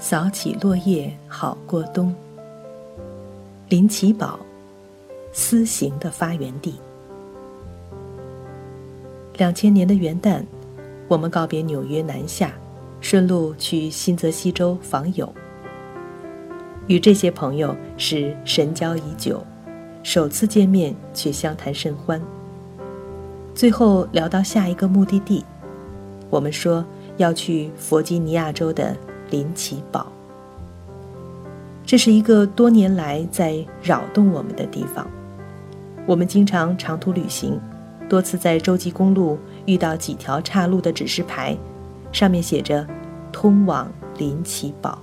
扫起落叶好过冬。林奇堡，私刑的发源地。2000年的元旦，我们告别纽约南下，顺路去新泽西州访友。与这些朋友是神交已久，首次见面却相谈甚欢。最后聊到下一个目的地，我们说要去弗吉尼亚州的林奇堡。这是一个多年来在扰动我们的地方。我们经常长途旅行，多次在洲际公路遇到几条岔路的指示牌，上面写着通往林奇堡。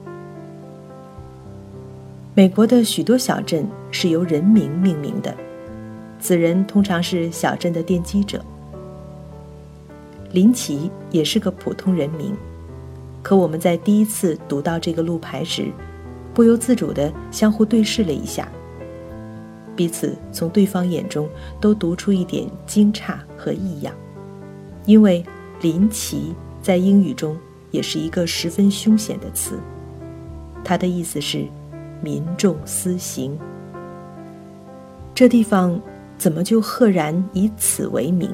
美国的许多小镇是由人名命名的，此人通常是小镇的奠基者。林奇也是个普通人名，可我们在第一次读到这个路牌时，不由自主地相互对视了一下，彼此从对方眼中都读出一点惊诧和异样，因为林奇在英语中也是一个十分凶险的词，它的意思是民众私刑。这地方怎么就赫然以此为名？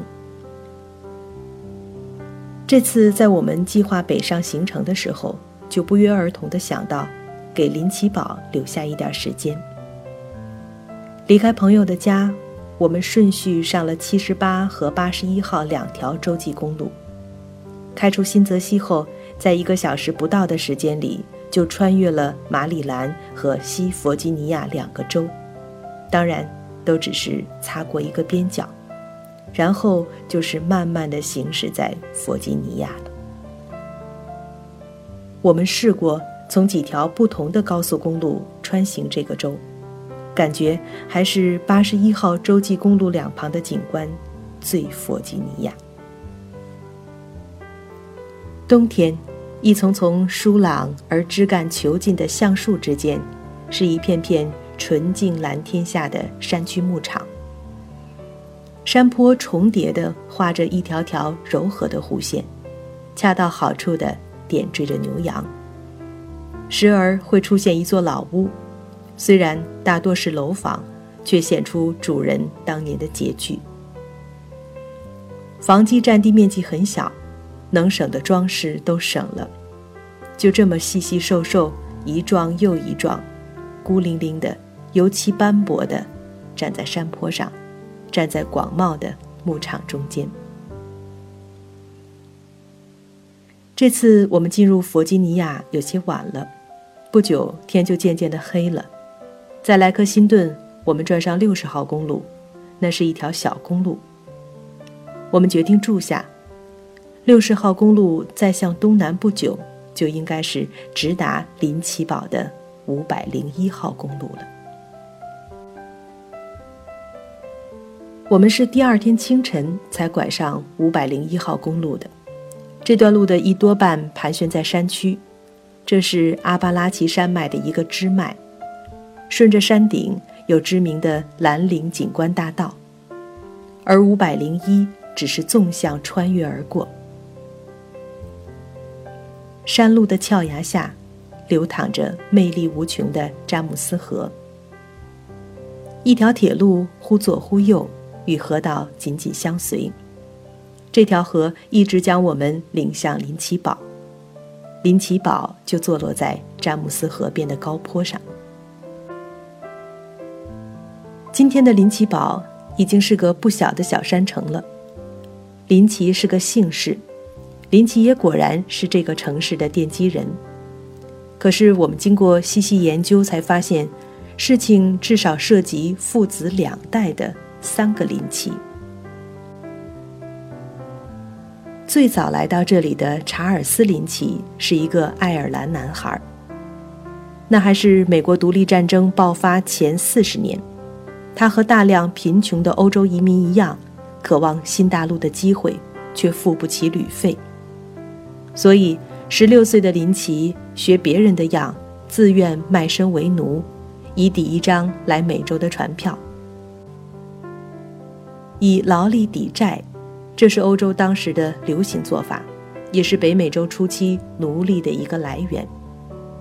这次在我们计划北上行程的时候，就不约而同地想到给林奇堡留下一点时间。离开朋友的家，我们顺序上了78和81号2条洲际公路。开出新泽西后，在1个小时不到的时间里，就穿越了马里兰和西弗吉尼亚2个州，当然都只是擦过一个边角，然后就是慢慢地行驶在弗吉尼亚了。我们试过从几条不同的高速公路穿行这个州，感觉还是81号洲际公路两旁的景观最弗吉尼亚。冬天，一丛丛疏朗而枝干遒劲的橡树之间，是一片片纯净蓝天下的山区牧场。山坡重叠地画着一条条柔和的弧线，恰到好处地点缀着牛羊。时而会出现一座老屋，虽然大多是楼房，却显出主人当年的拮据。房基占地面积很小，能省的装饰都省了，就这么细细瘦瘦，一幢又一幢，孤零零的，油漆斑驳的，站在山坡上，站在广袤的牧场中间。这次我们进入弗吉尼亚有些晚了，不久天就渐渐的黑了。在莱克辛顿，我们转上60号公路，那是一条小公路。我们决定住下。60号公路再向东南不久，就应该是直达林奇堡的501号公路了。我们是第2天清晨才拐上501号公路的。这段路的一多半盘旋在山区，这是阿巴拉契山脉的一个支脉，顺着山顶有知名的蓝岭景观大道，而501只是纵向穿越而过。山路的峭崖下流淌着魅力无穷的詹姆斯河，一条铁路忽左忽右，与河道紧紧相随。这条河一直将我们领向林奇堡，林奇堡就坐落在詹姆斯河边的高坡上。今天的林奇堡已经是个不小的小山城了。林奇是个姓氏，林奇也果然是这个城市的奠基人。可是我们经过细细研究才发现，事情至少涉及父子2代的3个林奇。最早来到这里的查尔斯·林奇是一个爱尔兰男孩，那还是美国独立战争爆发前40年。他和大量贫穷的欧洲移民一样，渴望新大陆的机会，却付不起旅费。所以16岁的林奇学别人的样，自愿卖身为奴，以抵一张来美洲的船票。以劳力抵债，这是欧洲当时的流行做法，也是北美洲初期奴隶的一个来源。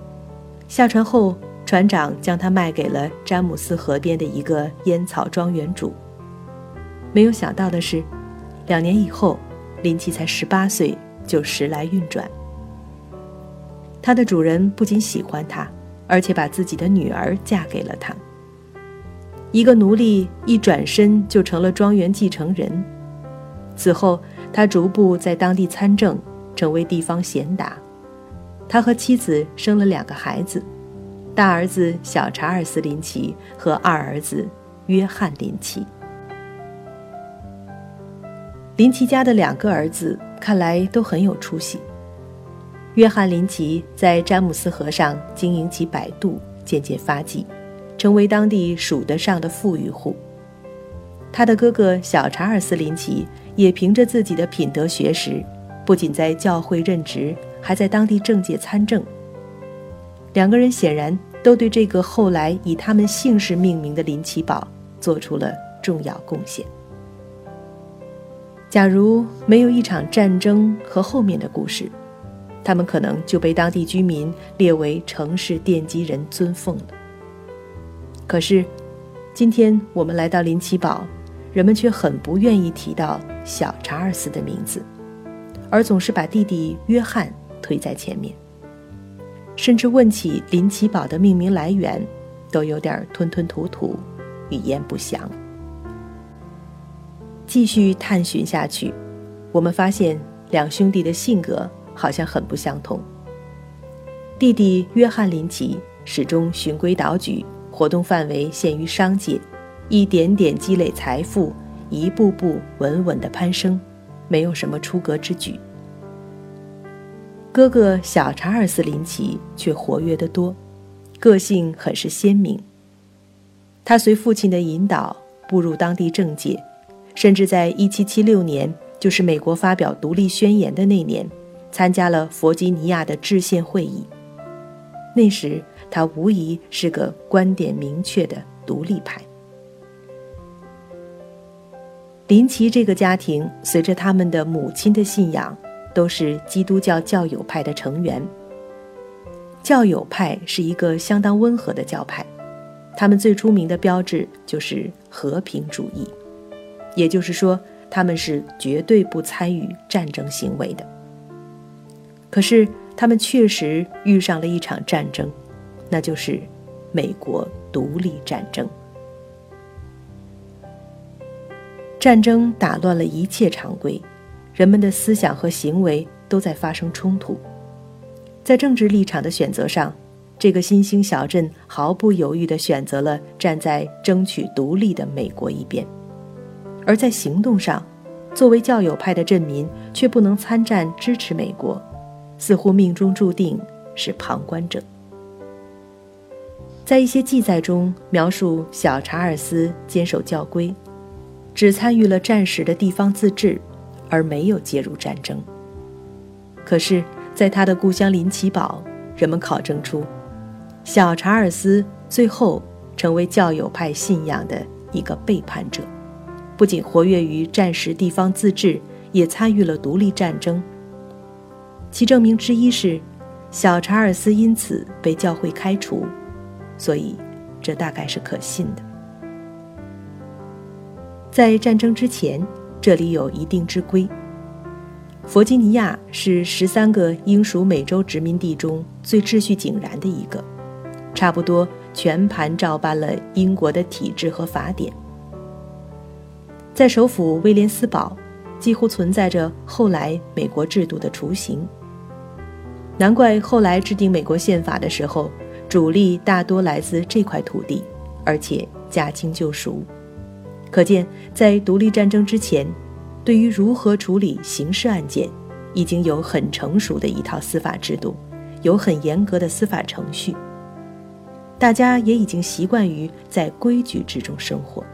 下船后，船长将他卖给了詹姆斯河边的一个烟草庄园主。没有想到的是，2年以后，林奇才18岁就时来运转。他的主人不仅喜欢他，而且把自己的女儿嫁给了他。一个奴隶一转身就成了庄园继承人。此后，他逐步在当地参政，成为地方贤达。他和妻子生了2个孩子，大儿子小查尔斯·林奇和二儿子约翰·林奇。林奇家的2个儿子看来都很有出息。约翰·林奇在詹姆斯河上经营起摆渡，渐渐发迹，成为当地数得上的富裕户。他的哥哥小查尔斯·林奇也凭着自己的品德学识，不仅在教会任职，还在当地政界参政。2个人显然都对这个后来以他们姓氏命名的林奇堡做出了重要贡献。假如没有一场战争和后面的故事，他们可能就被当地居民列为城市奠基人尊奉了。可是今天我们来到林奇堡，人们却很不愿意提到小查尔斯的名字，而总是把弟弟约翰推在前面，甚至问起林奇堡的命名来源，都有点吞吞吐吐，语焉不详。继续探寻下去，我们发现2兄弟的性格好像很不相同。弟弟约翰·林奇始终循规蹈矩，活动范围限于商界，一点点积累财富，一步步稳稳地攀升，没有什么出格之举。哥哥小查尔斯·林奇却活跃得多，个性很是鲜明。他随父亲的引导步入当地政界，甚至在1776年，就是美国发表独立宣言的那年，参加了弗吉尼亚的制宪会议。那时他无疑是个观点明确的独立派。林奇这个家庭随着他们的母亲的信仰，都是基督教教友派的成员。教友派是一个相当温和的教派，他们最出名的标志就是和平主义，也就是说，他们是绝对不参与战争行为的。可是他们确实遇上了一场战争，那就是美国独立战争。战争打乱了一切常规，人们的思想和行为都在发生冲突。在政治立场的选择上，这个新兴小镇毫不犹豫地选择了站在争取独立的美国一边，而在行动上，作为教友派的镇民却不能参战支持美国，似乎命中注定是旁观者。在一些记载中描述小查尔斯坚守教规，只参与了战时的地方自治，而没有介入战争。可是在他的故乡林奇堡，人们考证出小查尔斯最后成为教友派信仰的一个背叛者，不仅活跃于战时地方自治，也参与了独立战争。其证明之一是小查尔斯因此被教会开除，所以这大概是可信的。在战争之前，这里有一定之规。弗吉尼亚是13个英属美洲殖民地中最秩序井然的一个，差不多全盘照搬了英国的体制和法典。在首府威廉斯堡，几乎存在着后来美国制度的雏形。难怪后来制定美国宪法的时候，主力大多来自这块土地，而且驾轻就熟。可见在独立战争之前，对于如何处理刑事案件，已经有很成熟的一套司法制度，有很严格的司法程序，大家也已经习惯于在规矩之中生活。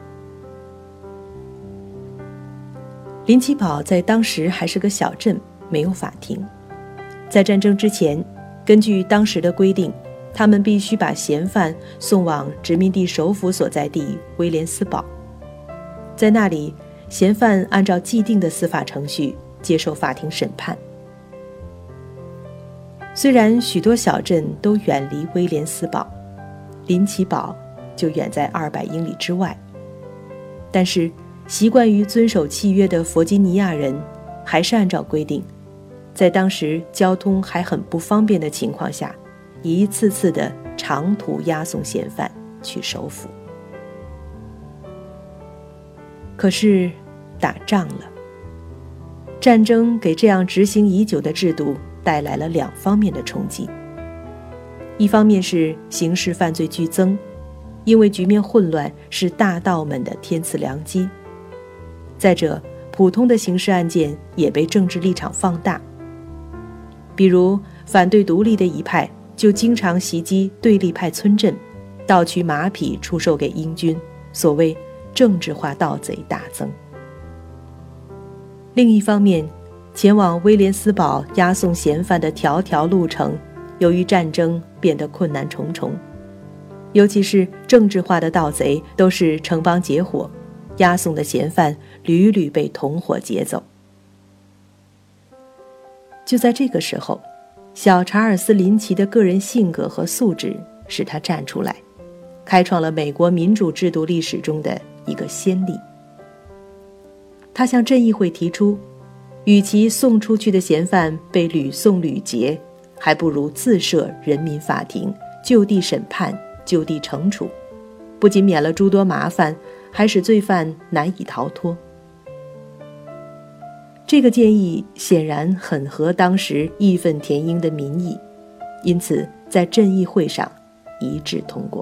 林奇堡在当时还是个小镇，没有法庭。在战争之前，根据当时的规定，他们必须把嫌犯送往殖民地首府所在地威廉斯堡。在那里，嫌犯按照既定的司法程序接受法庭审判。 虽然许多小镇都远离威廉斯堡，林奇堡就远在200英里之外，但是习惯于遵守契约的弗吉尼亚人还是按照规定，在当时交通还很不方便的情况下，一次次的长途押送嫌犯去首府。可是打仗了，战争给这样执行已久的制度带来了2方面的冲击。一方面是刑事犯罪剧增，因为局面混乱是大盗们的天赐良机。再者，普通的刑事案件也被政治立场放大，比如反对独立的一派就经常袭击对立派村镇，盗取马匹出售给英军，所谓政治化盗贼大增。另一方面，前往威廉斯堡押送嫌犯的条条路程，由于战争变得困难重重，尤其是政治化的盗贼都是城邦结伙，押送的嫌犯屡屡被同伙劫走。就在这个时候，小查尔斯·林奇的个人性格和素质使他站出来，开创了美国民主制度历史中的一个先例。他向镇议会提出，与其送出去的嫌犯被屡送屡劫，还不如自设人民法庭，就地审判，就地惩处，不仅免了诸多麻烦，还使罪犯难以逃脱。这个建议显然很合当时义愤填膺的民意，因此在镇议会上一致通过。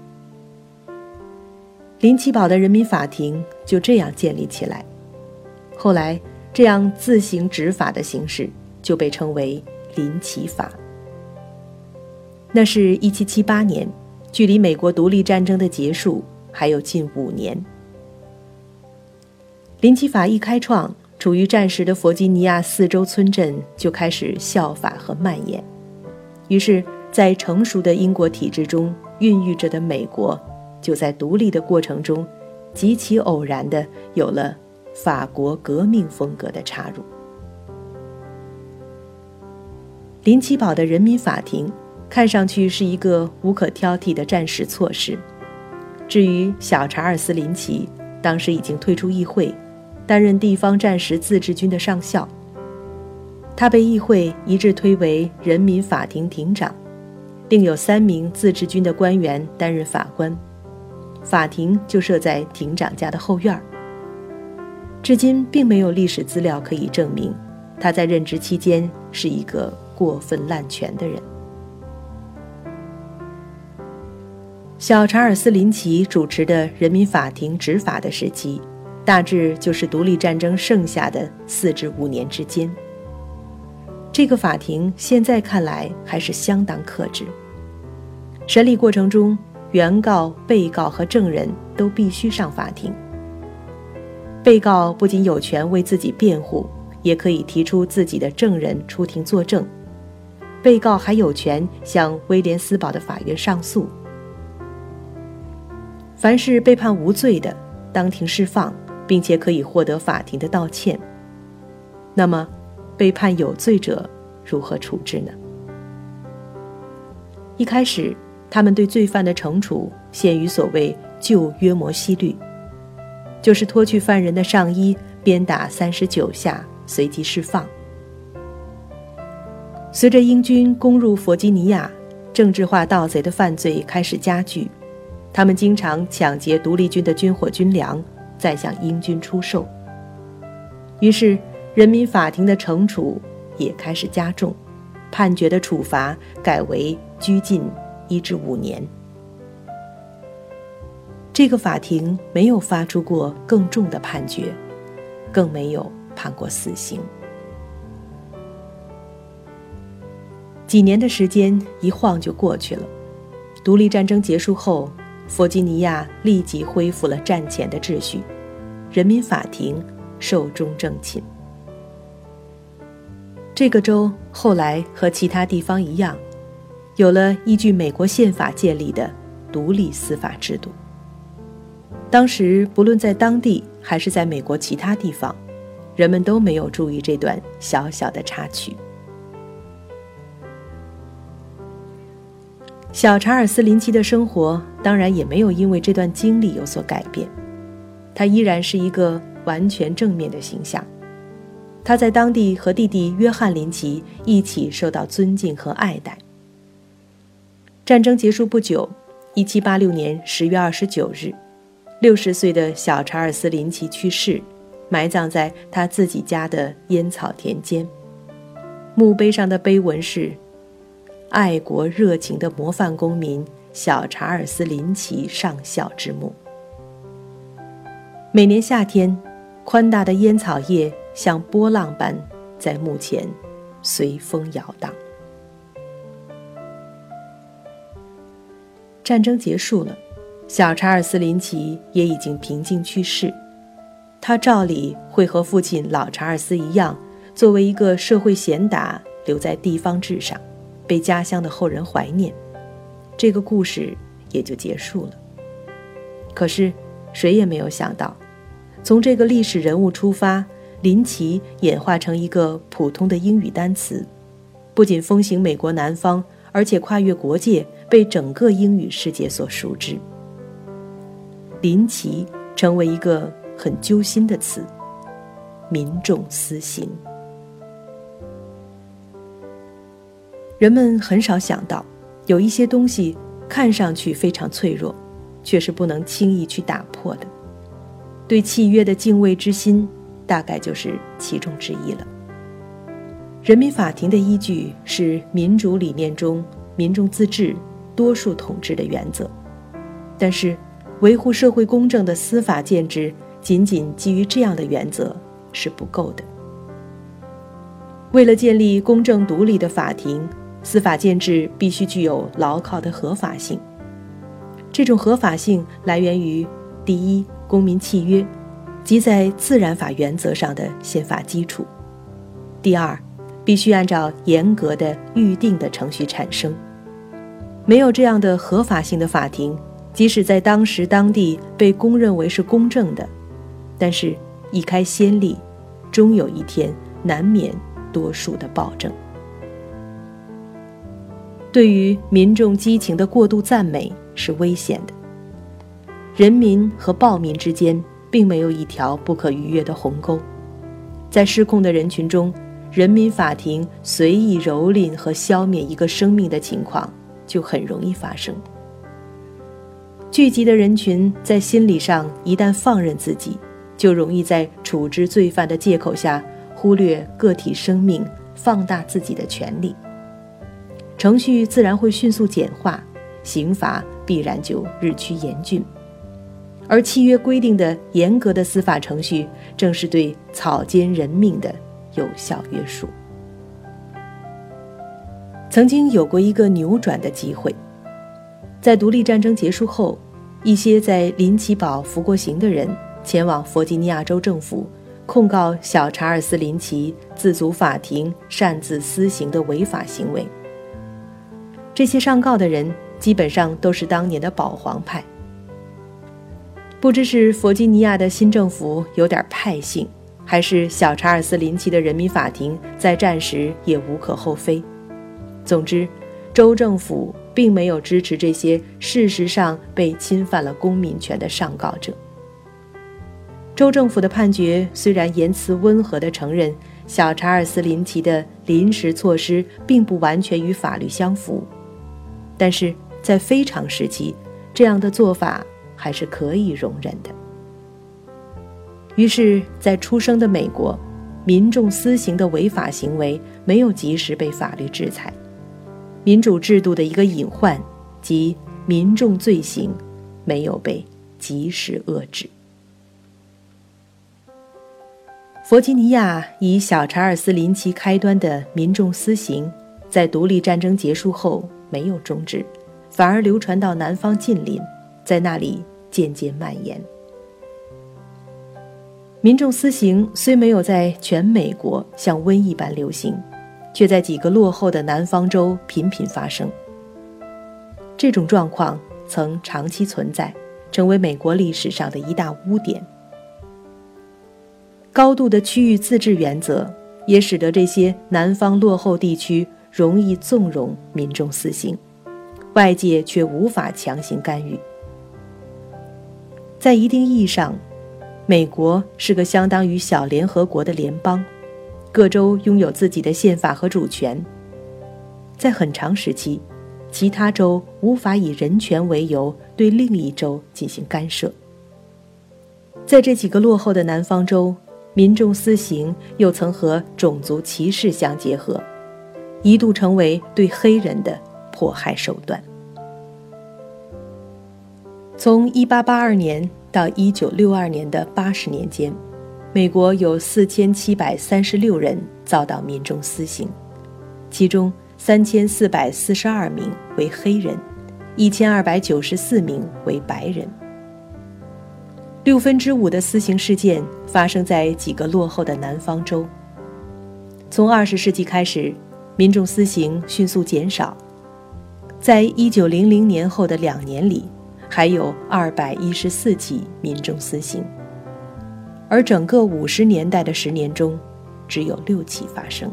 林奇堡的人民法庭就这样建立起来。后来，这样自行执法的形式就被称为林奇法。那是1778年，距离美国独立战争的结束还有近5年。林奇法一开创，处于战时的弗吉尼亚4州村镇就开始效法和蔓延。于是，在成熟的英国体制中孕育着的美国，就在独立的过程中，极其偶然地有了法国革命风格的插入。林奇堡的人民法庭看上去是一个无可挑剔的战时措施。至于小查尔斯·林奇，当时已经退出议会，担任地方战时自治军的上校。他被议会一致推为人民法庭庭长，另有3名自治军的官员担任法官。法庭就设在庭长家的后院。至今并没有历史资料可以证明他在任职期间是一个过分滥权的人。小查尔斯·林奇主持的人民法庭执法的时期，大致就是独立战争剩下的4至5年之间。这个法庭现在看来还是相当克制。审理过程中，原告、被告和证人都必须上法庭。被告不仅有权为自己辩护，也可以提出自己的证人出庭作证。被告还有权向威廉斯堡的法院上诉。凡是被判无罪的，当庭释放，并且可以获得法庭的道歉。那么，被判有罪者如何处置呢？一开始，他们对罪犯的惩处限于所谓旧约摩西律，就是脱去犯人的上衣，鞭打39下，随即释放。随着英军攻入弗吉尼亚，政治化盗贼的犯罪开始加剧，他们经常抢劫独立军的军火军粮，再向英军出售。于是人民法庭的惩处也开始加重，判决的处罚改为拘禁1至5年。这个法庭没有发出过更重的判决，更没有判过死刑。几年的时间一晃就过去了。独立战争结束后，弗吉尼亚立即恢复了战前的秩序，人民法庭寿终正寝。这个州后来和其他地方一样，有了依据美国宪法建立的独立司法制度。当时不论在当地还是在美国其他地方，人们都没有注意这段小小的插曲。 小查尔斯·林奇的生活当然也没有因为这段经历有所改变，他依然是一个完全正面的形象。他在当地和弟弟约翰·林奇一起受到尊敬和爱戴。战争结束不久，1786年10月29日，60岁的小查尔斯·林奇去世，埋葬在他自己家的烟草田间。墓碑上的碑文是：爱国热情的模范公民小查尔斯·林奇上校之墓。每年夏天，宽大的烟草叶像波浪般在墓前随风摇荡。战争结束了，小查尔斯·林奇也已经平静去世。他照理会和父亲老查尔斯一样，作为一个社会贤达留在地方志上，被家乡的后人怀念，这个故事也就结束了。可是谁也没有想到，从这个历史人物出发，林奇演化成一个普通的英语单词，不仅风行美国南方，而且跨越国界，被整个英语世界所熟知。林奇成为一个很揪心的词，民众私刑。人们很少想到，有一些东西看上去非常脆弱，却是不能轻易去打破的。对契约的敬畏之心，大概就是其中之一了。人民法庭的依据是民主理念中民众自治、多数统治的原则，但是维护社会公正的司法建制仅仅基于这样的原则是不够的。为了建立公正独立的法庭，司法建制必须具有牢靠的合法性。这种合法性来源于：第一，公民契约，即在自然法原则上的宪法基础；第二，必须按照严格的预定的程序产生。没有这样的合法性的法庭，即使在当时当地被公认为是公正的，但是一开先例，终有一天难免多数的暴政。对于民众激情的过度赞美是危险的。人民和暴民之间并没有一条不可逾越的鸿沟，在失控的人群中，人民法庭随意蹂躏和消灭一个生命的情况就很容易发生。聚集的人群在心理上一旦放任自己，就容易在处置罪犯的借口下忽略个体生命，放大自己的权利。程序自然会迅速简化，刑罚必然就日趋严峻。而契约规定的严格的司法程序，正是对草菅人命的有效约束。曾经有过一个扭转的机会，在独立战争结束后，一些在林奇堡服过刑的人前往弗吉尼亚州政府，控告小查尔斯·林奇自组法庭擅自私刑的违法行为。这些上告的人基本上都是当年的保皇派。不知是弗吉尼亚的新政府有点派性，还是小查尔斯·林奇的人民法庭在战时也无可厚非。总之，州政府并没有支持这些事实上被侵犯了公民权的上告者。州政府的判决虽然言辞温和地承认小查尔斯·林奇的临时措施并不完全与法律相符，但是在非常时期，这样的做法还是可以容忍的。于是在出生的美国，民众私刑的违法行为没有及时被法律制裁，民主制度的一个隐患，即民众罪行没有被及时遏制。弗吉尼亚以小查尔斯·林奇开端的民众私刑，在独立战争结束后没有终止，反而流传到南方近邻，在那里渐渐蔓延。民众私刑虽没有在全美国像瘟疫般流行，却在几个落后的南方州频频发生。这种状况曾长期存在，成为美国历史上的一大污点。高度的区域自治原则也使得这些南方落后地区容易纵容民众私刑， 外界却无法强行干预。在一定意义上，美国是个相当于小联合国的联邦，各州拥有自己的宪法和主权。在很长时期，其他州无法以人权为由对另一州进行干涉。在这几个落后的南方州，民众私刑又曾和种族歧视相结合，一度成为对黑人的迫害手段。从1882年到1962年的80年间，美国有4736人遭到民众私刑，其中3442名为黑人，1294名为白人。5/6的私刑事件发生在几个落后的南方州。从20世纪开始，民众私刑迅速减少，在1900年后的2年里，还有214起民众私刑，而整个50年代的10年中，只有6起发生。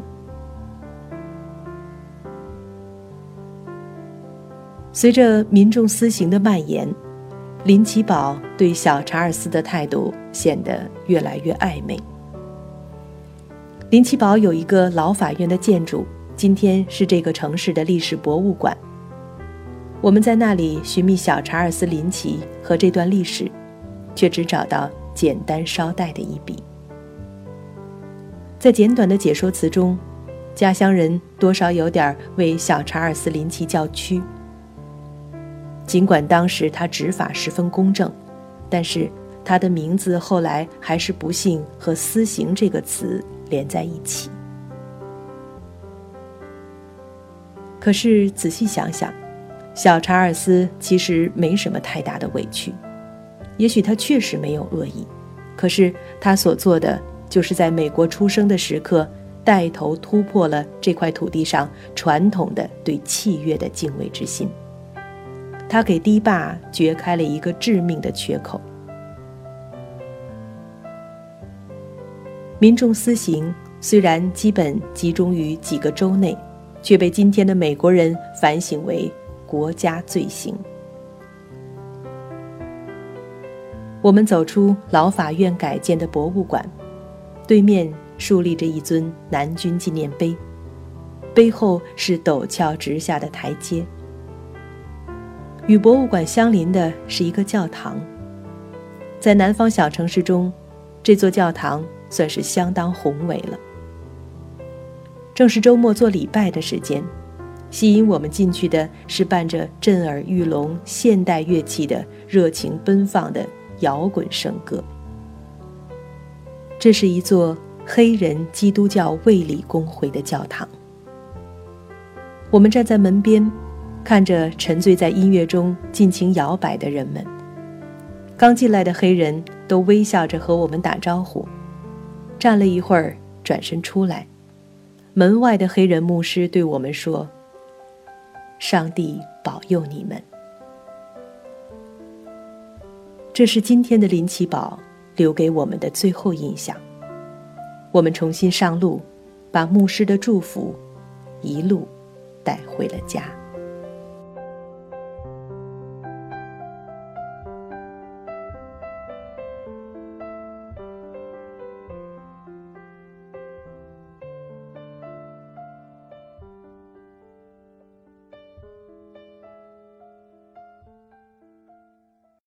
随着民众私刑的蔓延，林奇堡对小查尔斯的态度显得越来越暧昧。林奇堡有一个老法院的建筑，今天是这个城市的历史博物馆。我们在那里寻觅小查尔斯·林奇和这段历史，却只找到简单捎带的一笔。在简短的解说词中，家乡人多少有点为小查尔斯·林奇叫屈。尽管当时他执法十分公正，但是他的名字后来还是不幸和私刑这个词连在一起。可是仔细想想，小查尔斯其实没什么太大的委屈，也许他确实没有恶意，可是他所做的就是在美国出生的时刻带头突破了这块土地上传统的对契约的敬畏之心。他给堤坝掘开了一个致命的缺口。民众私刑虽然基本集中于几个州内，却被今天的美国人反省为国家罪行。我们走出老法院改建的博物馆，对面竖立着一尊南军纪念碑，背后是陡峭直下的台阶。与博物馆相邻的是一个教堂，在南方小城市中，这座教堂算是相当宏伟了。正是周末做礼拜的时间，吸引我们进去的是伴着震耳欲聋现代乐器的热情奔放的摇滚圣歌。这是一座黑人基督教卫理公会的教堂。我们站在门边，看着沉醉在音乐中尽情摇摆的人们。刚进来的黑人都微笑着和我们打招呼，站了一会儿转身出来。门外的黑人牧师对我们说：上帝保佑你们。这是今天的林奇堡留给我们的最后印象。我们重新上路，把牧师的祝福一路带回了家。